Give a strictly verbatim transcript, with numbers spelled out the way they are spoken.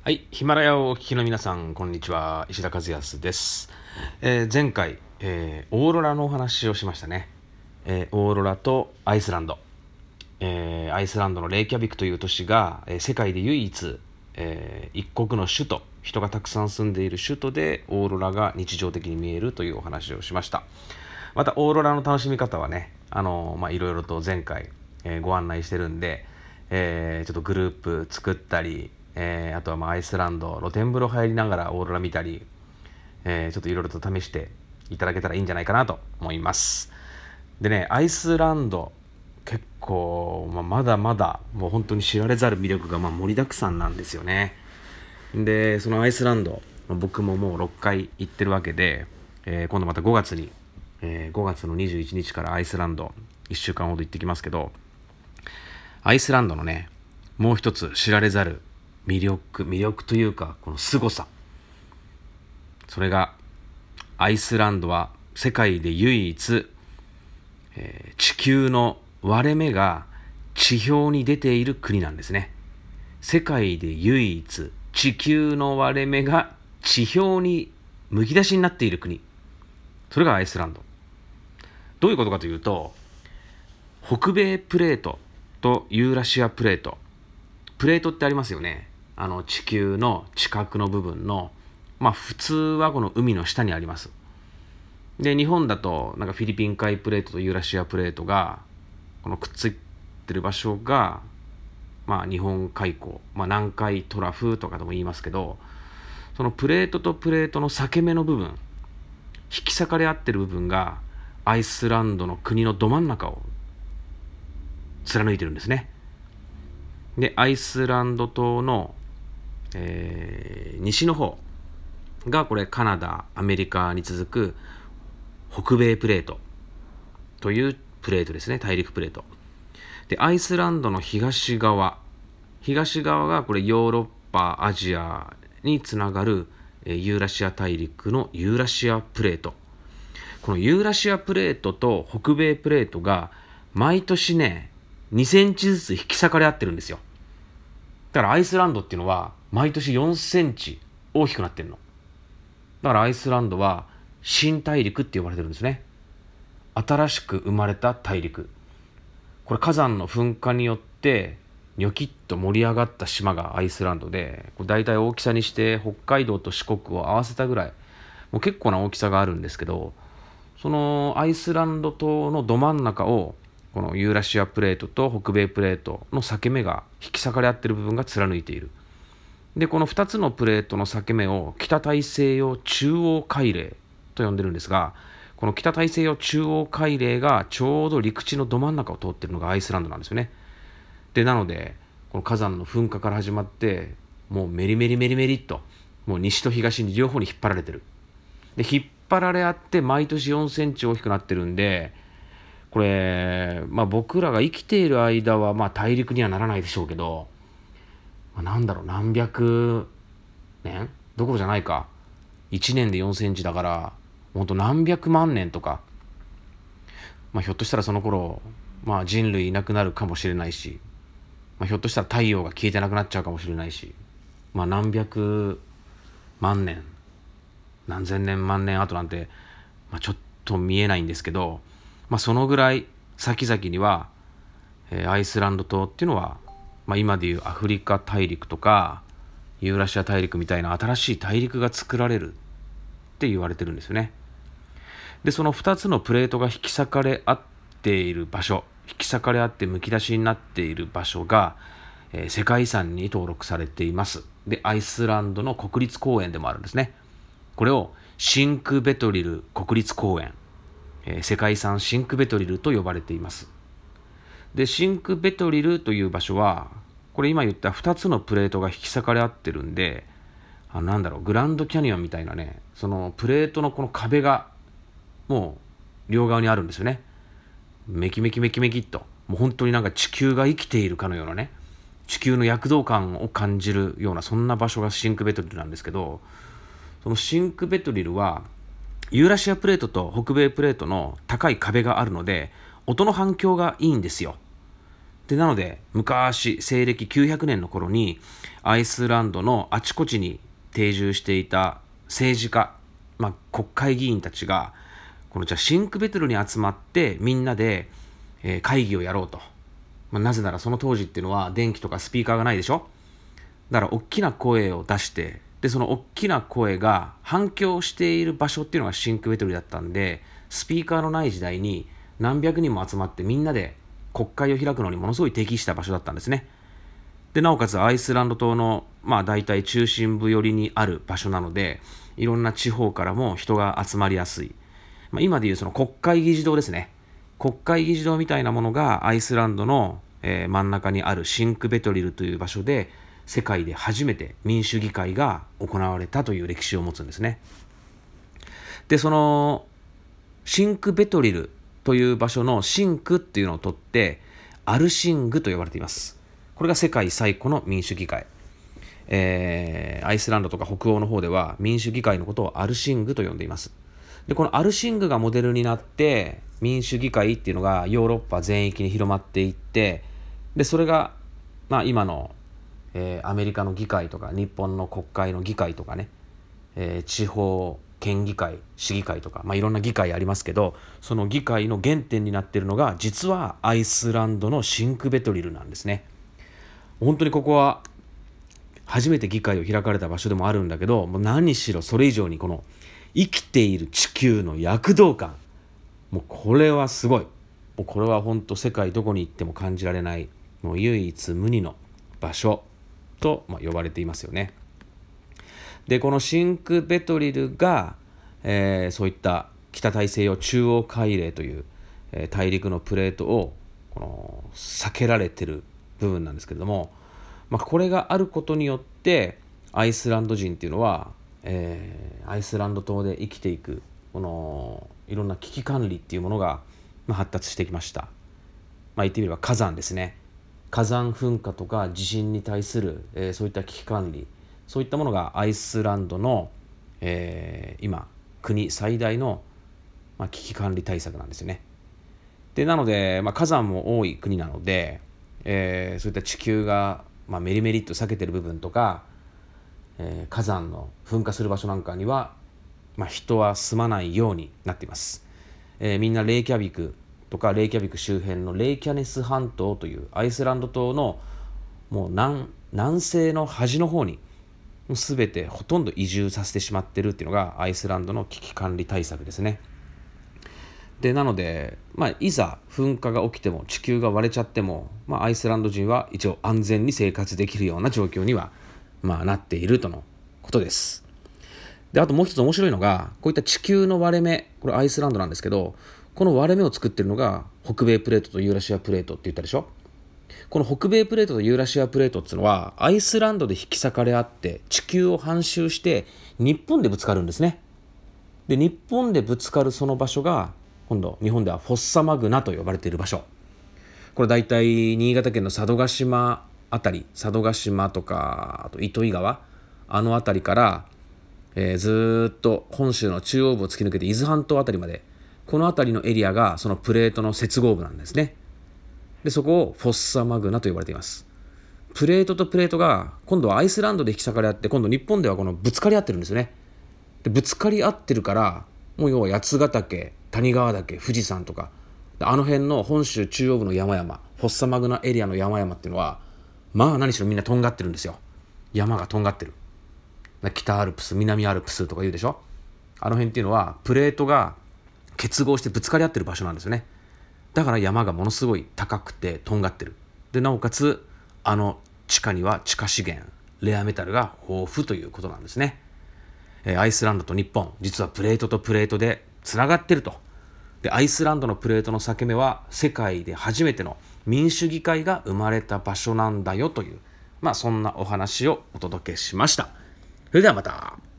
はい、ヒマラヤをお聞きの皆さん、こんにちは。石田和康です。えー前回、えーオーロラのお話をしましたね。えーオーロラとアイスランド。えーアイスランドのレイキャビクという都市が、えー世界で唯一、えー一国の首都、人がたくさん住んでいる首都でオーロラが日常的に見えるというお話をしました。またオーロラの楽しみ方はね、あのーまあいろいろと前回、えーご案内してるんで、えーちょっとグループ作ったり、えーあとはまあアイスランド露天風呂入りながらオーロラ見たり、えーちょっといろいろと試していただけたらいいんじゃないかなと思います。でね、アイスランド結構、まあ、まだまだもう本当に知られざる魅力がまあ盛りだくさんなんですよね。でそのアイスランド、僕ももうろっかい行ってるわけで、えー今度またごがつに、えーごがつのにじゅういちにちからアイスランドいっしゅうかんほど行ってきますけど、アイスランドのね、もう一つ知られざる魅力魅力というか、この凄さ、それがアイスランドは世界で唯一、えー地球の割れ目が地表に出ている国なんですね。世界で唯一地球の割れ目が地表にむき出しになっている国、それがアイスランド。どういうことかというと、北米プレートとユーラシアプレート、プレートってありますよね。あの地球の地殻の部分の、まあ普通はこの海の下にあります。で日本だとなんかフィリピン海プレートとユーラシアプレートがこのくっついてる場所が、まあ日本海溝、まあ、南海トラフとかでも言いますけど、そのプレートとプレートの裂け目の部分、引き裂かれ合ってる部分がアイスランドの国のど真ん中を貫いてるんですね。でアイスランド島の、えー西の方がこれカナダ、アメリカに続く北米プレートというプレートですね、大陸プレートで、アイスランドの東側東側がこれヨーロッパ、アジアにつながるユーラシア大陸のユーラシアプレート。このユーラシアプレートと北米プレートが毎年ねにセンチずつ引き裂かれ合ってるんですよ。だからアイスランドっていうのは毎年よんセンチ大きくなってるの。だからアイスランドは新大陸って呼ばれてるんですね。新しく生まれた大陸。これ火山の噴火によってニョキッと盛り上がった島がアイスランドで、これ大体大きさにして北海道と四国を合わせたぐらい、もう結構な大きさがあるんですけど、そのアイスランド島のど真ん中をこのユーラシアプレートと北米プレートの裂け目が引き裂かれ合っている部分が貫いている。でこのふたつのプレートの裂け目を北大西洋中央海嶺と呼んでるんですが、この北大西洋中央海嶺がちょうど陸地のど真ん中を通っているのがアイスランドなんですよね。でなのでこの火山の噴火から始まって、もうメリメリメリメリっともう西と東に両方に引っ張られてる。で引っ張られ合って毎年よんセンチ大きくなってるんで、これ、まあ、僕らが生きている間はまあ大陸にはならないでしょうけど、まあ、なんだろう、何百年どころじゃないか、いちねんでよんセンチだからほんと何百万年とか、まあ、ひょっとしたらその頃、まあ、人類いなくなるかもしれないし、まあ、ひょっとしたら太陽が消えてなくなっちゃうかもしれないし、まあ、何百万年何千年万年後なんて、まあ、ちょっと見えないんですけど、まあ、そのぐらい先々には、えーアイスランド島っていうのは、まあ、今でいうアフリカ大陸とかユーラシア大陸みたいな新しい大陸が作られるって言われてるんですよね。でそのふたつのプレートが引き裂かれ合っている場所、引き裂かれ合ってむき出しになっている場所が、えー世界遺産に登録されています。でアイスランドの国立公園でもあるんですね。これをシンクベトリル国立公園、えー世界遺産シンクベトリルと呼ばれています。でシンクベトリルという場所は、これ今言ったふたつのプレートが引き裂かれ合ってるんで、あなんだろう、グランドキャニオンみたいなね、そのプレートのこの壁がもう両側にあるんですよね。メキメキメキメキっと、もう本当になんか地球が生きているかのようなね、地球の躍動感を感じるような、そんな場所がシンクベトリルなんですけど、そのシンクベトリルはユーラシアプレートと北米プレートの高い壁があるので音の反響がいいんですよ。 でなので昔西暦きゅうひゃくねんの頃にアイスランドのあちこちに定住していた政治家、まあ、国会議員たちがこのじゃあシンクベトルに集まってみんなで、えー会議をやろうと、まあ、なぜならその当時っていうのは電気とかスピーカーがないでしょ。だから大きな声を出して、でその大きな声が反響している場所っていうのがシンクベトルだったんで、スピーカーのない時代に何百人も集まってみんなで国会を開くのにものすごい適した場所だったんですね。でなおかつアイスランド島のまあ大体中心部寄りにある場所なので、いろんな地方からも人が集まりやすい、まあ、今でいうその国会議事堂ですね。国会議事堂みたいなものがアイスランドの、えー真ん中にあるシンクベトリルという場所で世界で初めて民主議会が行われたという歴史を持つんですね。でそのシンクベトリルという場所のシンクっていうのを取ってアルシングと呼ばれています。これが世界最古の民主議会、えーアイスランドとか北欧の方では民主議会のことをアルシングと呼んでいます。でこのアルシングがモデルになって民主議会っていうのがヨーロッパ全域に広まっていって、でそれが、まあ、今の、えーアメリカの議会とか日本の国会の議会とかね、えー地方県議会市議会とか、まあ、いろんな議会ありますけど、その議会の原点になっているのが実はアイスランドのシンクベトリルなんですね。本当にここは初めて議会を開かれた場所でもあるんだけど、もう何しろそれ以上にこの生きている地球の躍動感、もうこれはすごい。もうこれは本当世界どこに行っても感じられない、もう唯一無二の場所と、まあ、呼ばれていますよね。でこのシンクベトリルが、えーそういった北大西洋中央海嶺という、えー大陸のプレートをこの避けられている部分なんですけれども、まあ、これがあることによってアイスランド人っていうのは、えーアイスランド島で生きていくこのいろんな危機管理っていうものが、まあ、発達してきました。まあ、言ってみれば火山ですね。火山噴火とか地震に対する、えーそういった危機管理、そういったものがアイスランドの、えー今国最大の、まあ、危機管理対策なんですよね。でなので、まあ、火山も多い国なので、えーそういった地球が、まあ、メリメリっと避けてる部分とか、えー火山の噴火する場所なんかには、まあ、人は住まないようになっています。えーみんなレイキャビクとかレイキャビク周辺のレイキャネス半島というアイスランド島のもう 南, 南西の端の方に全てほとんど移住させてしまってるっていうのがアイスランドの危機管理対策ですね。でなので、まあ、いざ噴火が起きても地球が割れちゃっても、まあ、アイスランド人は一応安全に生活できるような状況には、まあ、なっているとのことです。であともう一つ面白いのが、こういった地球の割れ目、これアイスランドなんですけど、この割れ目を作っているのが北米プレートとユーラシアプレートって言ったでしょ。この北米プレートとユーラシアプレートっていうのはアイスランドで引き裂かれ合って地球を半周して日本でぶつかるんですね。で日本でぶつかるその場所が今度日本ではフォッサマグナと呼ばれている場所。これ大体新潟県の佐渡島あたり、佐渡島とかあと糸魚川、あのあたりから、えーずーっと本州の中央部を突き抜けて伊豆半島あたりまで、このあたりのエリアがそのプレートの接合部なんですね。でそこをフォッサマグナと呼ばれています。プレートとプレートが今度はアイスランドで引き裂かれ合って、今度日本ではこのぶつかり合ってるんですよね。でぶつかり合ってるから、もう要は八ヶ岳、谷川岳、富士山とかあの辺の本州中央部の山々、フォッサマグナエリアの山々っていうのは、まあ何しろみんなとんがってるんですよ。山がとんがってる。北アルプス、南アルプスとか言うでしょ。あの辺っていうのはプレートが結合してぶつかり合ってる場所なんですよね。だから山がものすごい高くてとんがってる。でなおかつあの地下には地下資源、レアメタルが豊富ということなんですね。えーアイスランドと日本、実はプレートとプレートでつながってると。でアイスランドのプレートの裂け目は世界で初めての民主議会が生まれた場所なんだよという、まあそんなお話をお届けしました。それではまた。